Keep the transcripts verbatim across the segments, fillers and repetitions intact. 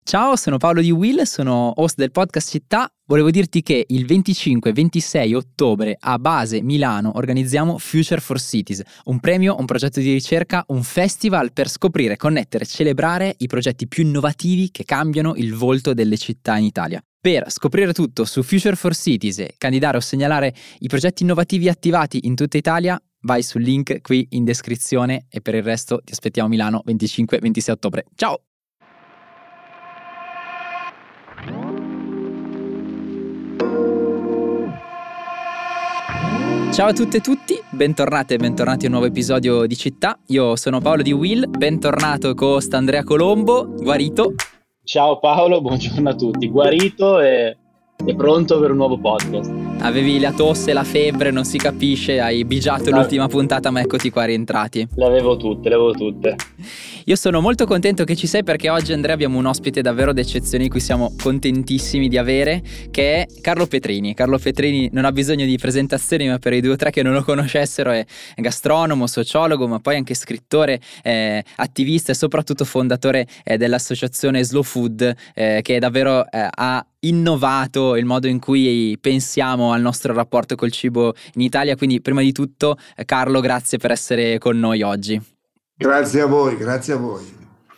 Ciao, sono Paolo di Will, sono host del podcast Città. Volevo dirti che il venticinque e ventisei ottobre a Base, Milano, organizziamo Future for Cities, un premio, un progetto di ricerca, un festival per scoprire, connettere e celebrare i progetti più innovativi che cambiano il volto delle città in Italia. Per scoprire tutto su Future for Cities e candidare o segnalare i progetti innovativi attivati in tutta Italia, vai sul link qui in descrizione e per il resto ti aspettiamo a Milano venticinque e ventisei ottobre. Ciao! Ciao a tutte e tutti, bentornate e bentornati a un nuovo episodio di Città. Io sono Paolo di Will, bentornato co-host Andrea Colombo, guarito. Ciao Paolo, buongiorno a tutti, guarito e, e pronto per un nuovo podcast. Avevi la tosse, la febbre, non si capisce, hai bigiato la... l'ultima puntata ma eccoti qua rientrati. Le avevo tutte, le avevo tutte. Io sono molto contento che ci sei perché oggi, Andrea, abbiamo un ospite davvero d'eccezione di cui siamo contentissimi di avere, che è Carlo Petrini. Carlo Petrini non ha bisogno di presentazioni, ma per i due o tre che non lo conoscessero è gastronomo, sociologo, ma poi anche scrittore, eh, attivista e soprattutto fondatore eh, dell'associazione Slow Food, eh, che davvero eh, ha innovato il modo in cui pensiamo al nostro rapporto col cibo in Italia. Quindi prima di tutto, eh, Carlo, grazie per essere con noi oggi. Grazie a voi, grazie a voi.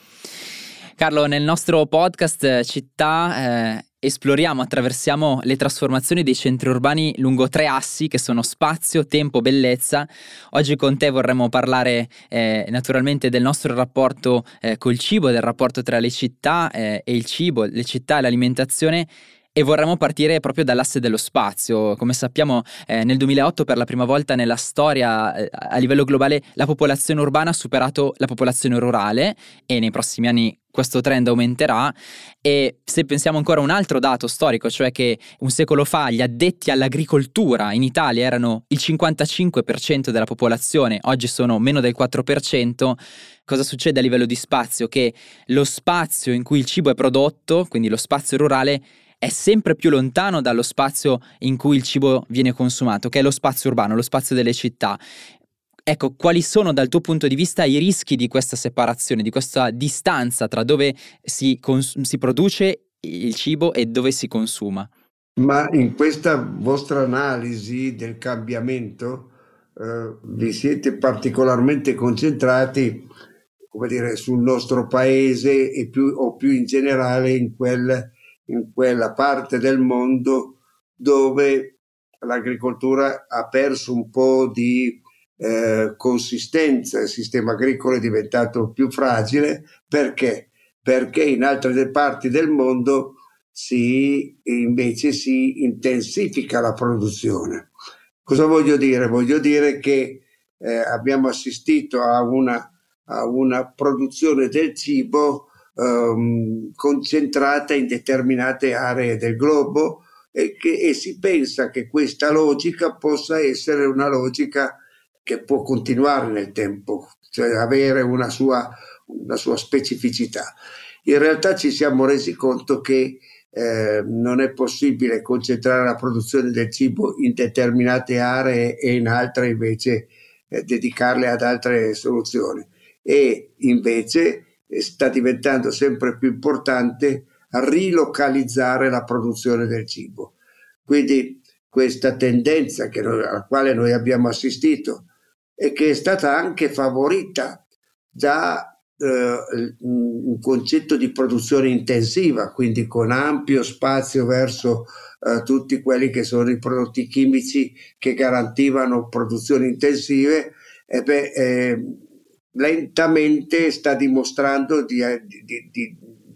Carlo, nel nostro podcast Città eh, esploriamo, attraversiamo le trasformazioni dei centri urbani lungo tre assi che sono spazio, tempo, bellezza. Oggi con te vorremmo parlare eh, naturalmente del nostro rapporto eh, col cibo, del rapporto tra le città eh, e il cibo, le città e l'alimentazione. E vorremmo partire proprio dall'asse dello spazio. Come sappiamo, eh, nel duemilaotto per la prima volta nella storia eh, a livello globale la popolazione urbana ha superato la popolazione rurale e nei prossimi anni questo trend aumenterà. E se pensiamo ancora a un altro dato storico, cioè che un secolo fa gli addetti all'agricoltura in Italia erano il cinquantacinque per cento della popolazione, oggi sono meno del quattro per cento, cosa succede a livello di spazio? Che lo spazio in cui il cibo è prodotto, quindi lo spazio rurale, è sempre più lontano dallo spazio in cui il cibo viene consumato, che è lo spazio urbano, lo spazio delle città. Ecco, quali sono dal tuo punto di vista i rischi di questa separazione, di questa distanza tra dove si, cons- si produce il cibo e dove si consuma? Ma in questa vostra analisi del cambiamento eh, vi siete particolarmente concentrati, come dire, sul nostro paese e più, o più in generale in quel in quella parte del mondo dove l'agricoltura ha perso un po' di eh, consistenza, il sistema agricolo è diventato più fragile. Perché? Perché in altre parti del mondo si invece si intensifica la produzione. Cosa voglio dire? Voglio dire che eh, abbiamo assistito a una, a una produzione del cibo Um, concentrata in determinate aree del globo e, che, e si pensa che questa logica possa essere una logica che può continuare nel tempo, cioè avere una sua, una sua specificità. In realtà ci siamo resi conto che eh, non è possibile concentrare la produzione del cibo in determinate aree e in altre invece eh, dedicarle ad altre soluzioni, e invece sta diventando sempre più importante rilocalizzare la produzione del cibo. Quindi questa tendenza che noi, alla quale noi abbiamo assistito e che è stata anche favorita da eh, un concetto di produzione intensiva, quindi con ampio spazio verso eh, tutti quelli che sono i prodotti chimici che garantivano produzioni intensive, e beh, eh, lentamente sta dimostrando di, di, di,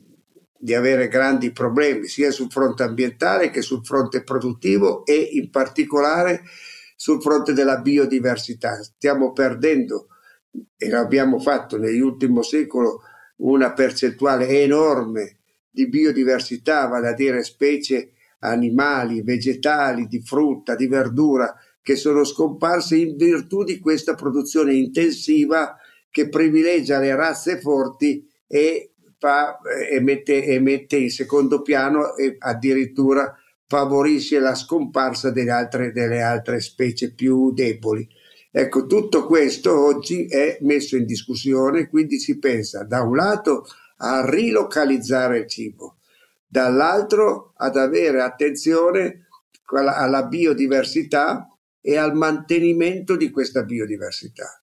di avere grandi problemi sia sul fronte ambientale che sul fronte produttivo e in particolare sul fronte della biodiversità. Stiamo perdendo, e l'abbiamo fatto nell'ultimo secolo, una percentuale enorme di biodiversità, vale a dire specie animali, vegetali, di frutta, di verdura, che sono scomparse in virtù di questa produzione intensiva che privilegia le razze forti e, fa, e, mette, e mette in secondo piano e addirittura favorisce la scomparsa delle altre, delle altre specie più deboli. Ecco, tutto questo oggi è messo in discussione, quindi si pensa da un lato a rilocalizzare il cibo, dall'altro ad avere attenzione alla biodiversità e al mantenimento di questa biodiversità.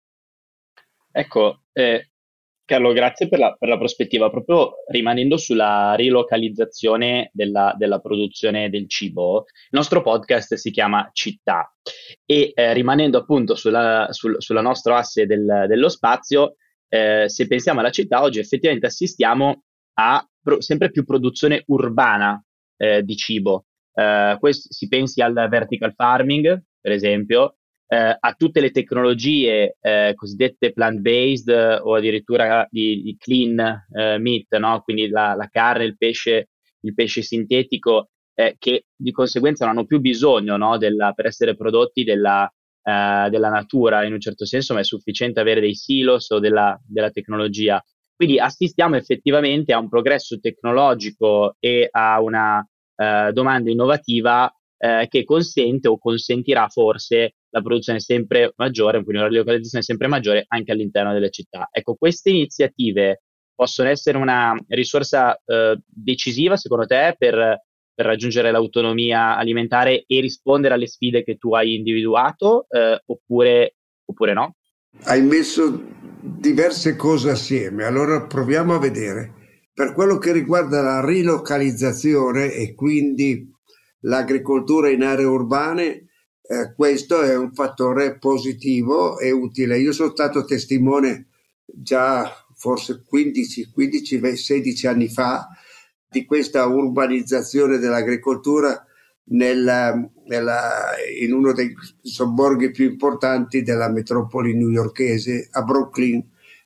Ecco, eh, Carlo, grazie per la, per la prospettiva. Proprio rimanendo sulla rilocalizzazione della, della produzione del cibo, il nostro podcast si chiama Città e eh, rimanendo appunto sulla, sul, sulla nostra asse del, dello spazio, eh, se pensiamo alla città, oggi effettivamente assistiamo a pro- sempre più produzione urbana eh, di cibo. Eh, questo, si pensi al vertical farming, per esempio, eh, a tutte le tecnologie eh, cosiddette plant-based eh, o addirittura di, di clean eh, meat, no? Quindi la, la carne, il pesce, il pesce sintetico, eh, che di conseguenza non hanno più bisogno, no? della, per essere prodotti della, eh, della natura in un certo senso, ma è sufficiente avere dei silos o della, della tecnologia. Quindi assistiamo effettivamente a un progresso tecnologico e a una eh, domanda innovativa eh, che consente o consentirà forse la produzione sempre maggiore, quindi una localizzazione sempre maggiore anche all'interno delle città. Ecco, queste iniziative possono essere una risorsa eh, decisiva, secondo te, per, per raggiungere l'autonomia alimentare e rispondere alle sfide che tu hai individuato, eh, oppure, oppure no? Hai messo diverse cose assieme, allora proviamo a vedere. Per quello che riguarda la rilocalizzazione e quindi l'agricoltura in aree urbane, eh, questo è un fattore positivo e utile. Io sono stato testimone già forse quindici, quindici, sedici anni fa di questa urbanizzazione dell'agricoltura nella, nella, in uno dei sobborghi più importanti della metropoli newyorkese, a Brooklyn,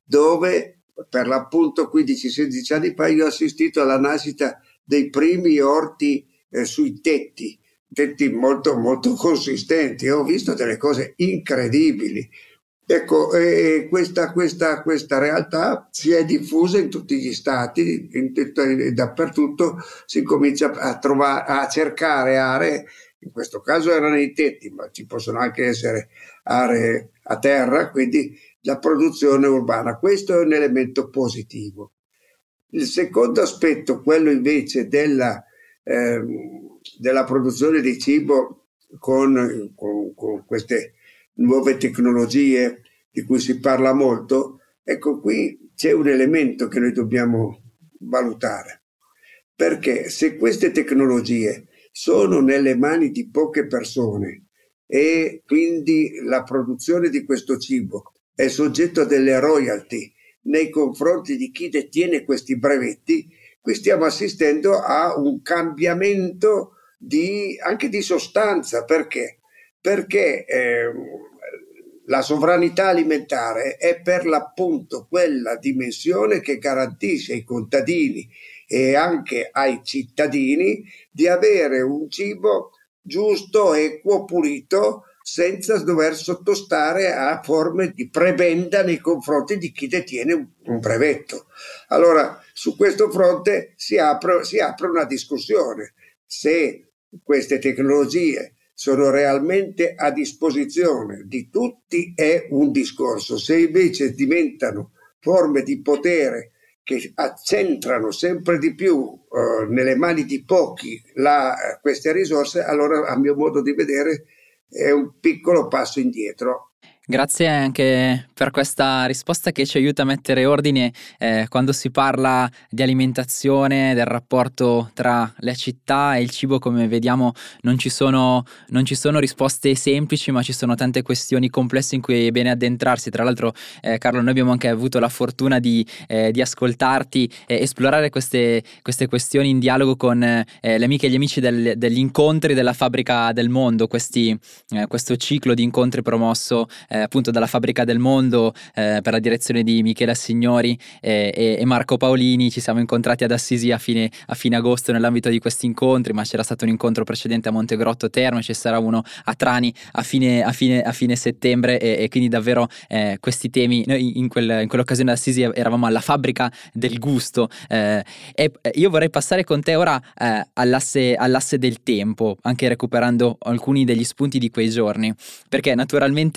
dove per l'appunto quindici sedici anni fa io ho assistito alla nascita dei primi orti eh, sui tetti, tetti molto molto consistenti. Ho visto delle cose incredibili. Ecco, eh, questa, questa, questa realtà si è diffusa in tutti gli stati, in, in, dappertutto si comincia a trovare, a cercare aree, in questo caso erano i tetti, ma ci possono anche essere aree a terra, quindi la produzione urbana. Questo è un elemento positivo. Il secondo aspetto, quello invece della, eh, della produzione di cibo con, con, con queste nuove tecnologie di cui si parla molto, ecco, qui c'è un elemento che noi dobbiamo valutare, perché se queste tecnologie sono nelle mani di poche persone e quindi la produzione di questo cibo è soggetto a delle royalty nei confronti di chi detiene questi brevetti, qui stiamo assistendo a un cambiamento di, anche di sostanza. Perché? Perché eh, la sovranità alimentare è per l'appunto quella dimensione che garantisce ai contadini e anche ai cittadini di avere un cibo giusto, equo, pulito, senza dover sottostare a forme di prebenda nei confronti di chi detiene un brevetto. Allora, su questo fronte si apre, si apre una discussione. Se queste tecnologie sono realmente a disposizione di tutti è un discorso. Se invece diventano forme di potere che accentrano sempre di più uh, nelle mani di pochi la, queste risorse, allora a mio modo di vedere è un piccolo passo indietro. Grazie anche per questa risposta che ci aiuta a mettere ordine eh, quando si parla di alimentazione, del rapporto tra le città e il cibo. Come vediamo non ci sono, non ci sono risposte semplici, ma ci sono tante questioni complesse in cui è bene addentrarsi. Tra l'altro eh, Carlo, noi abbiamo anche avuto la fortuna di, eh, di ascoltarti e esplorare queste, queste questioni in dialogo con eh, le amiche e gli amici del, degli incontri della Fabbrica del Mondo, questi, eh, questo ciclo di incontri promosso Eh, appunto dalla Fabbrica del Mondo eh, per la direzione di Michela Signori eh, e, e Marco Paolini. Ci siamo incontrati ad Assisi a fine, a fine agosto nell'ambito di questi incontri, ma c'era stato un incontro precedente a Montegrotto Terme, ci sarà uno a Trani a fine, a fine, a fine settembre e, e quindi davvero eh, questi temi, noi in, quel, in quell'occasione ad Assisi eravamo alla Fabbrica del Gusto eh, e io vorrei passare con te ora eh, all'asse, all'asse del tempo, anche recuperando alcuni degli spunti di quei giorni, perché naturalmente eh,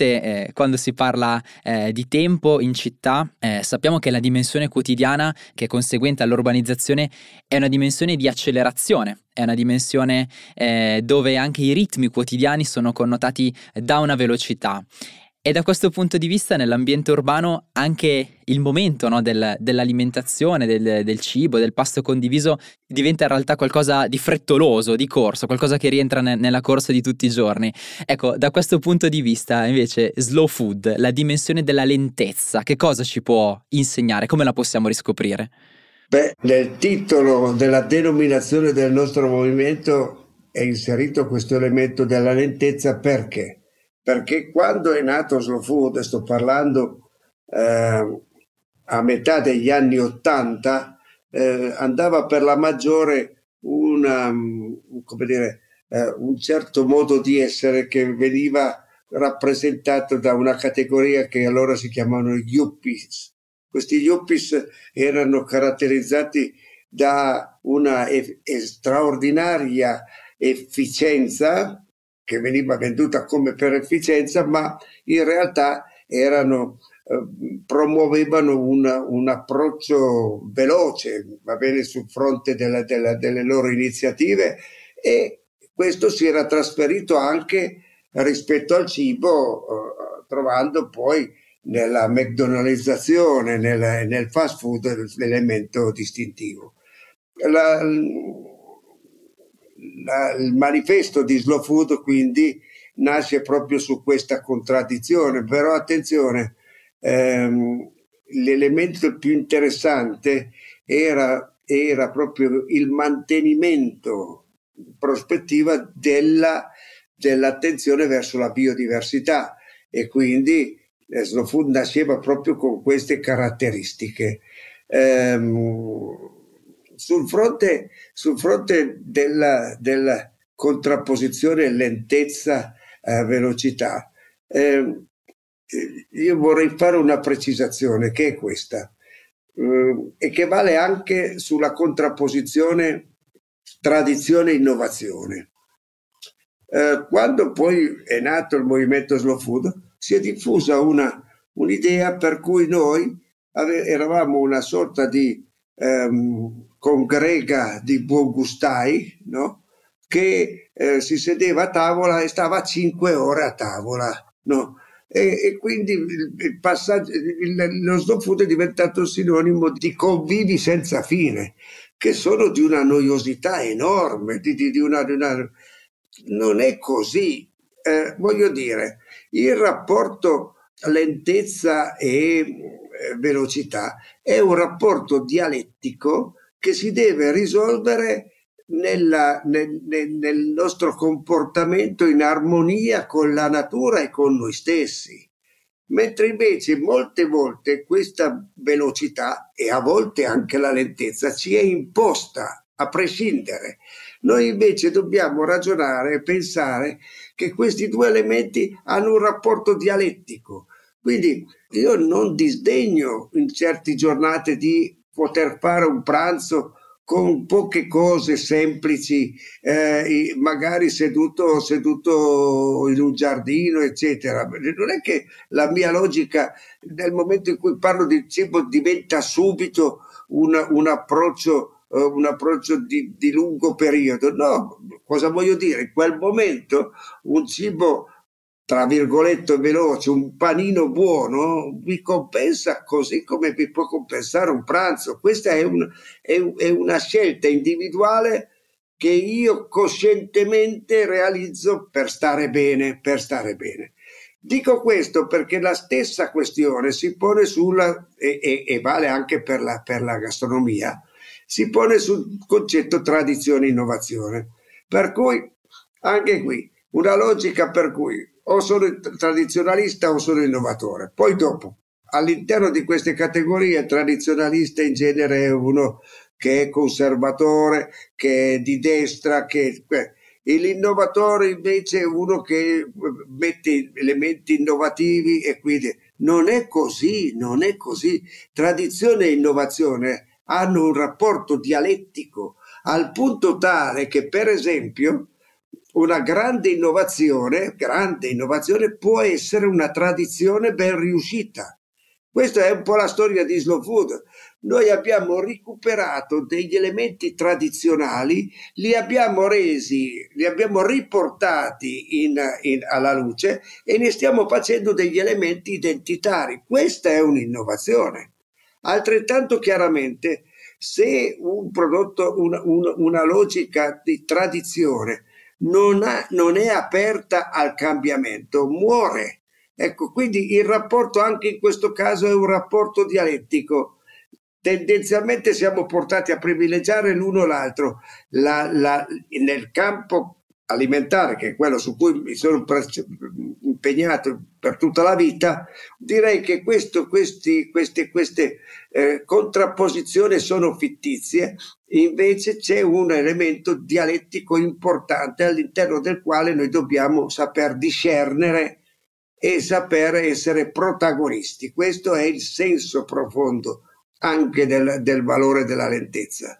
che quando si parla eh, di tempo in città, eh, sappiamo che la dimensione quotidiana che è conseguente all'urbanizzazione è una dimensione di accelerazione, è una dimensione eh, dove anche i ritmi quotidiani sono connotati da una velocità. E da questo punto di vista nell'ambiente urbano anche il momento, no, del, dell'alimentazione, del, del cibo, del pasto condiviso diventa in realtà qualcosa di frettoloso, di corsa, qualcosa che rientra ne, nella corsa di tutti i giorni. Ecco, da questo punto di vista invece slow food, la dimensione della lentezza, che cosa ci può insegnare? Come la possiamo riscoprire? Beh, nel titolo della denominazione del nostro movimento è inserito questo elemento della lentezza. Perché? Perché quando è nato Slow Food, sto parlando eh, a metà degli anni Ottanta, eh, andava per la maggiore una, come dire, eh, un certo modo di essere che veniva rappresentato da una categoria che allora si chiamavano yuppies. Questi yuppies erano caratterizzati da una e- straordinaria efficienza, che veniva venduta come per efficienza, ma in realtà erano, eh, promuovevano una, un approccio veloce, va bene, sul fronte della, della, delle loro iniziative, e questo si era trasferito anche rispetto al cibo, eh, trovando poi nella McDonaldizzazione, nel, nel fast food, l'elemento distintivo. La, La, il manifesto di Slow Food quindi nasce proprio su questa contraddizione, però attenzione, ehm, l'elemento più interessante era, era proprio il mantenimento in prospettiva della, dell'attenzione verso la biodiversità, e quindi eh, Slow Food nasceva proprio con queste caratteristiche. Ehm, Sul fronte, sul fronte della, della contrapposizione lentezza-velocità, eh, io vorrei fare una precisazione che è questa, eh, e che vale anche sulla contrapposizione tradizione-innovazione. Eh, quando poi è nato il movimento Slow Food, si è diffusa una, un'idea per cui noi ave- eravamo una sorta di ehm, congrega di buongustai, no? Che eh, si sedeva a tavola e stava cinque ore a tavola, no? E, e quindi il, il passaggio, il, lo slow food è diventato sinonimo di convivi senza fine, che sono di una noiosità enorme, di, di, di una, di una... non è così. Eh, voglio dire, il rapporto lentezza e eh, velocità è un rapporto dialettico che si deve risolvere nella, nel, nel nostro comportamento in armonia con la natura e con noi stessi. Mentre invece molte volte questa velocità e a volte anche la lentezza ci è imposta a prescindere. Noi invece dobbiamo ragionare e pensare che questi due elementi hanno un rapporto dialettico. Quindi io non disdegno in certe giornate di poter fare un pranzo con poche cose semplici, eh, magari seduto, seduto in un giardino, eccetera. Non è che la mia logica nel momento in cui parlo di cibo diventa subito un, un approccio, uh, un approccio di, di lungo periodo. No, cosa voglio dire? In quel momento un cibo tra virgolette veloce, un panino buono vi compensa così come vi può compensare un pranzo. Questa è, un, è, è una scelta individuale che io coscientemente realizzo per stare bene, per stare bene. Dico questo perché la stessa questione si pone sulla, e, e, e vale anche per la, per la gastronomia, si pone sul concetto tradizione-innovazione. Per cui anche qui una logica per cui o sono tradizionalista o sono innovatore. Poi dopo, all'interno di queste categorie, tradizionalista in genere è uno che è conservatore, che è di destra, che e l'innovatore invece è uno che mette elementi innovativi, e quindi non è così, non è così. Tradizione e innovazione hanno un rapporto dialettico al punto tale che, per esempio, una grande innovazione, grande innovazione può essere una tradizione ben riuscita. Questa è un po' la storia di Slow Food. Noi abbiamo recuperato degli elementi tradizionali, li abbiamo resi, li abbiamo riportati in, in, alla luce e ne stiamo facendo degli elementi identitari. Questa è un'innovazione. Altrettanto chiaramente, se un prodotto, una, una, una logica di tradizione non, ha, non è aperta al cambiamento, muore. Ecco, quindi il rapporto anche in questo caso è un rapporto dialettico. Tendenzialmente siamo portati a privilegiare l'uno o l'altro. La, la, nel campo alimentare, che è quello su cui mi sono impegnato per tutta la vita, direi che questo, questi, queste, queste eh, contrapposizioni sono fittizie. Invece c'è un elemento dialettico importante all'interno del quale noi dobbiamo saper discernere e saper essere protagonisti. Questo è il senso profondo anche del, del valore della lentezza.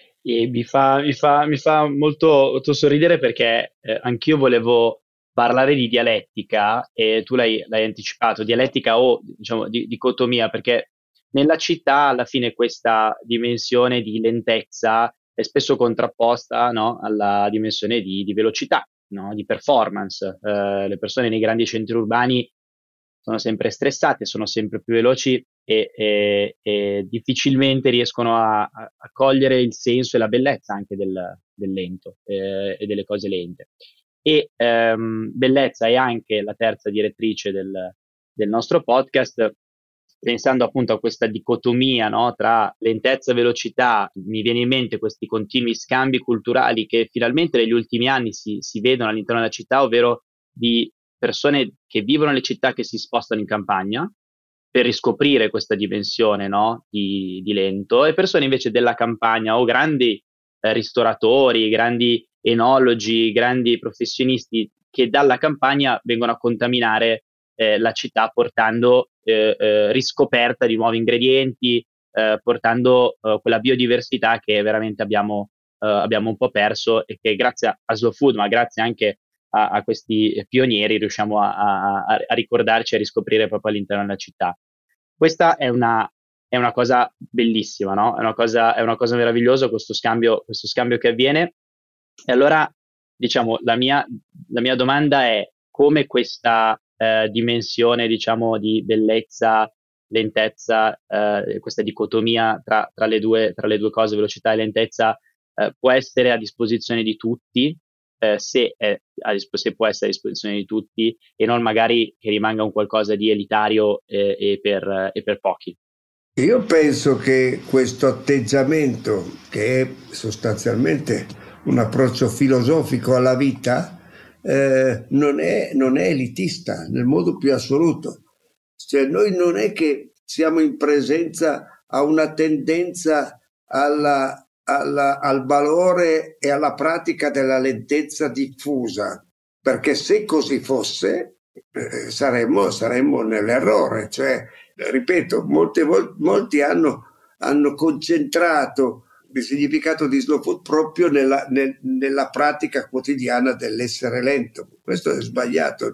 E mi fa, mi fa, mi fa molto, molto sorridere perché eh, anch'io volevo parlare di dialettica e tu l'hai, l'hai anticipato, dialettica o diciamo di, dicotomia, perché nella città alla fine questa dimensione di lentezza è spesso contrapposta, no, alla dimensione di, di velocità, no, di performance. Eh, le persone nei grandi centri urbani sono sempre stressate, sono sempre più veloci e, e, e difficilmente riescono a, a, a cogliere il senso e la bellezza anche del, del lento eh, e delle cose lente. E ehm, bellezza è anche la terza direttrice del, del nostro podcast, pensando appunto a questa dicotomia, no, tra lentezza e velocità. Mi viene in mente questi continui scambi culturali che finalmente negli ultimi anni si, si vedono all'interno della città, ovvero di persone che vivono nelle città che si spostano in campagna per riscoprire questa dimensione, no, di, di lento, e persone invece della campagna o grandi eh, ristoratori, grandi enologi, grandi professionisti che dalla campagna vengono a contaminare eh, la città portando eh, eh, riscoperta di nuovi ingredienti, eh, portando eh, quella biodiversità che veramente abbiamo, eh, abbiamo un po' perso e che grazie a Slow Food, ma grazie anche a, a questi pionieri riusciamo a, a, a ricordarci e a riscoprire proprio all'interno della città. Questa è una, è una cosa bellissima, no? È una cosa, è una cosa meravigliosa questo scambio, questo scambio che avviene. E allora, diciamo, la mia, la mia domanda è come questa eh, dimensione, diciamo, di bellezza, lentezza, eh, questa dicotomia tra, tra, le due, tra le due cose, velocità e lentezza, eh, può essere a disposizione di tutti, eh, se, è a disp- se può essere a disposizione di tutti e non magari che rimanga un qualcosa di elitario eh, e, per, e per pochi. Io penso che questo atteggiamento, che è sostanzialmente un approccio filosofico alla vita, eh, non è, non è elitista nel modo più assoluto. Cioè, noi non è che siamo in presenza a una tendenza alla, alla, al valore e alla pratica della lentezza diffusa, perché se così fosse eh, saremmo, saremmo nell'errore. Cioè, ripeto, molte vol- molti hanno, hanno concentrato il significato di slow food proprio nella, nel, nella pratica quotidiana dell'essere lento. Questo è sbagliato.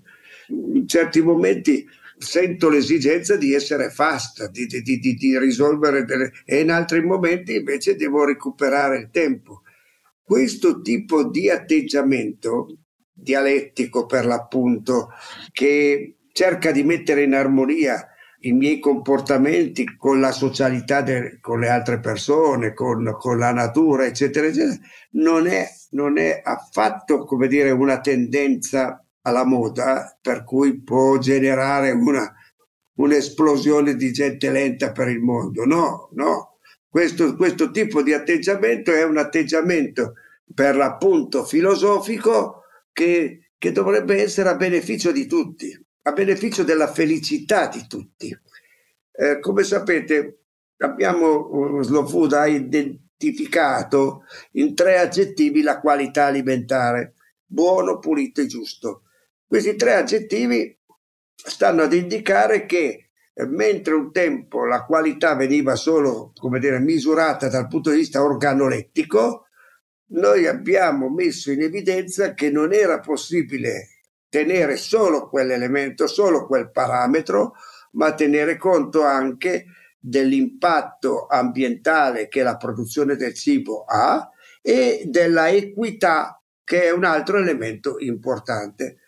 In certi momenti sento l'esigenza di essere fast, di, di, di, di risolvere delle, e in altri momenti invece devo recuperare il tempo. Questo tipo di atteggiamento dialettico, per l'appunto, che cerca di mettere in armonia i miei comportamenti con la socialità, de, con le altre persone, con, con la natura, eccetera, eccetera, non è, non è affatto, come dire, una tendenza alla moda, per cui può generare una, un'esplosione di gente lenta per il mondo. No, no. Questo, questo tipo di atteggiamento è un atteggiamento, per l'appunto, filosofico che, che dovrebbe essere a beneficio di tutti, a beneficio della felicità di tutti. Eh, come sapete, abbiamo, Slow Food ha identificato in tre aggettivi la qualità alimentare: buono, pulito e giusto. Questi tre aggettivi stanno ad indicare che eh, mentre un tempo la qualità veniva solo, come dire, misurata dal punto di vista organolettico, noi abbiamo messo in evidenza che non era possibile tenere solo quell'elemento, solo quel parametro, ma tenere conto anche dell'impatto ambientale che la produzione del cibo ha e della equità, che è un altro elemento importante.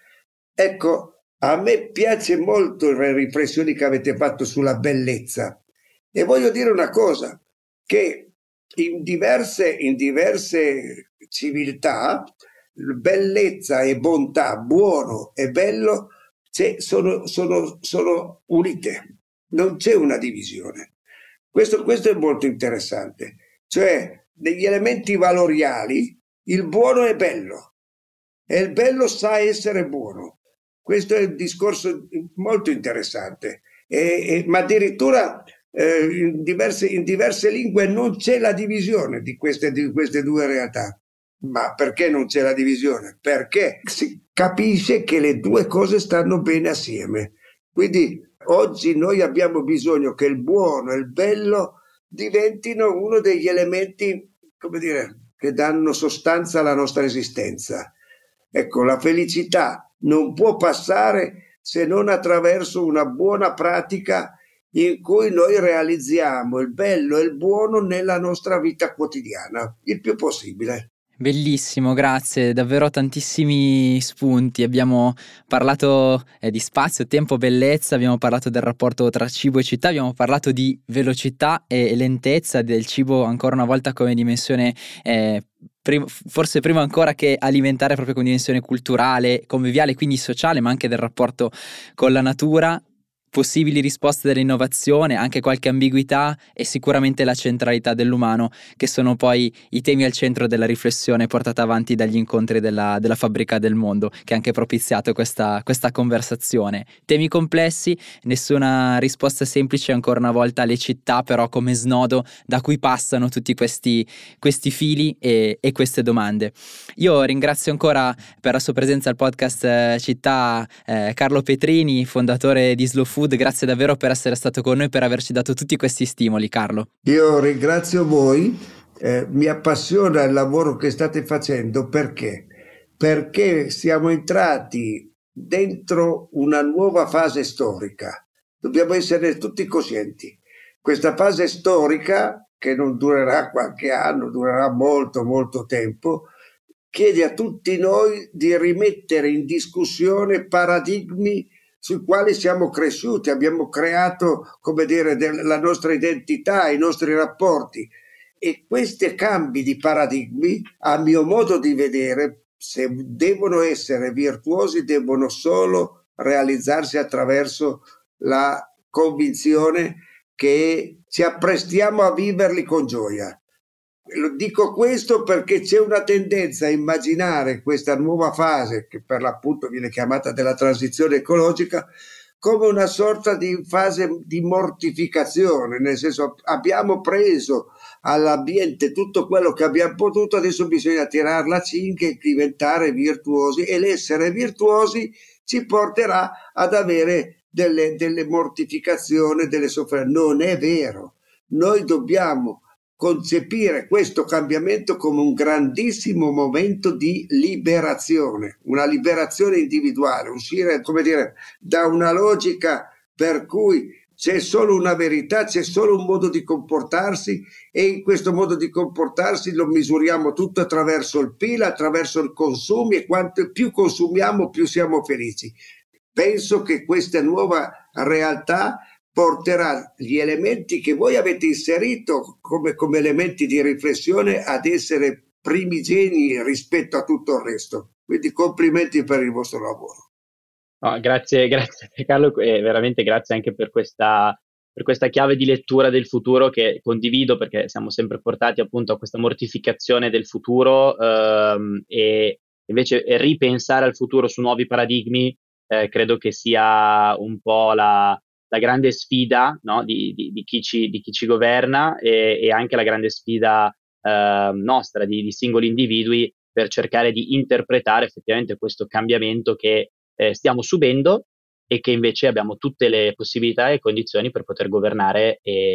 Ecco, a me piace molto le riflessioni che avete fatto sulla bellezza e voglio dire una cosa, che in diverse, in diverse civiltà, bellezza e bontà, buono e bello, sono, sono, sono unite, non c'è una divisione. Questo, questo è molto interessante, cioè negli elementi valoriali il buono è bello e il bello sa essere buono. Questo è un discorso molto interessante, e, e, ma addirittura eh, in, diverse, in diverse lingue non c'è la divisione di queste, di queste due realtà. Ma perché non c'è la divisione? Perché si capisce che le due cose stanno bene assieme. Quindi oggi noi abbiamo bisogno che il buono e il bello diventino uno degli elementi, come dire, che danno sostanza alla nostra esistenza. Ecco, la felicità non può passare se non attraverso una buona pratica in cui noi realizziamo il bello e il buono nella nostra vita quotidiana, il più possibile. Bellissimo, grazie, davvero tantissimi spunti. Abbiamo parlato eh, di spazio, tempo, bellezza, abbiamo parlato del rapporto tra cibo e città, abbiamo parlato di velocità e lentezza, del cibo ancora una volta come dimensione eh, prim- forse prima ancora che alimentare, proprio come dimensione culturale, conviviale, quindi sociale, ma anche del rapporto con la natura. Possibili risposte dell'innovazione, anche qualche ambiguità e sicuramente la centralità dell'umano, che sono poi i temi al centro della riflessione portata avanti dagli incontri della, della Fabbrica del Mondo, che ha anche propiziato questa, questa conversazione. Temi complessi, nessuna risposta semplice, ancora una volta le città però come snodo da cui passano tutti questi, questi fili e, e queste domande. Io ringrazio ancora per la sua presenza al podcast eh, Città eh, Carlo Petrini, fondatore di Slow Food. Grazie davvero per essere stato con noi, per averci dato tutti questi stimoli, Carlo. Io ringrazio voi, eh, mi appassiona il lavoro che state facendo. Perché? Perché siamo entrati dentro una nuova fase storica. Dobbiamo essere tutti coscienti. Questa fase storica, che non durerà qualche anno, durerà molto, molto tempo, chiede a tutti noi di rimettere in discussione paradigmi sui quali siamo cresciuti, abbiamo creato, come dire, la nostra identità, i nostri rapporti, e questi cambi di paradigmi, a mio modo di vedere, se devono essere virtuosi, devono solo realizzarsi attraverso la convinzione che ci apprestiamo a viverli con gioia. Dico questo perché c'è una tendenza a immaginare questa nuova fase, che per l'appunto viene chiamata della transizione ecologica, come una sorta di fase di mortificazione, nel senso abbiamo preso all'ambiente tutto quello che abbiamo potuto, adesso bisogna tirare la cinghia e diventare virtuosi, e l'essere virtuosi ci porterà ad avere delle, delle mortificazioni, delle sofferenze. Non è vero, noi dobbiamo concepire questo cambiamento come un grandissimo momento di liberazione, una liberazione individuale, uscire, come dire, da una logica per cui c'è solo una verità, c'è solo un modo di comportarsi, e in questo modo di comportarsi lo misuriamo tutto attraverso il P I L, attraverso i consumi, e quanto più consumiamo più siamo felici. Penso che questa nuova realtà porterà gli elementi che voi avete inserito come, come elementi di riflessione ad essere primigeni rispetto a tutto il resto. Quindi complimenti per il vostro lavoro. No, grazie, grazie a te Carlo, e veramente grazie anche per questa, per questa chiave di lettura del futuro che condivido, perché siamo sempre portati appunto a questa mortificazione del futuro, ehm, e invece ripensare al futuro su nuovi paradigmi eh, credo che sia un po' la, la grande sfida, no, di, di, di, chi ci, di chi ci governa, e, e anche la grande sfida eh, nostra di, di singoli individui, per cercare di interpretare effettivamente questo cambiamento che eh, stiamo subendo, e che invece abbiamo tutte le possibilità e condizioni per poter governare e,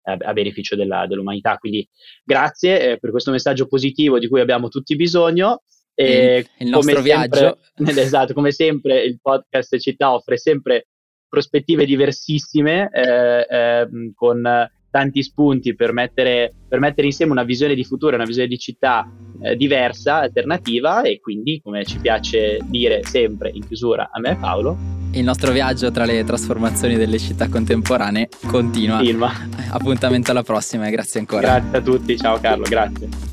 a, a beneficio della, dell'umanità. Quindi grazie eh, per questo messaggio positivo di cui abbiamo tutti bisogno. E il nostro come viaggio. Sempre, esatto, come sempre il podcast Città offre sempre prospettive diversissime eh, eh, con tanti spunti per mettere, per mettere insieme una visione di futuro, una visione di città eh, diversa, alternativa, e quindi, come ci piace dire sempre in chiusura a me e Paolo, il nostro viaggio tra le trasformazioni delle città contemporanee continua. Continua. Appuntamento alla prossima e grazie ancora. Grazie a tutti, ciao Carlo, grazie.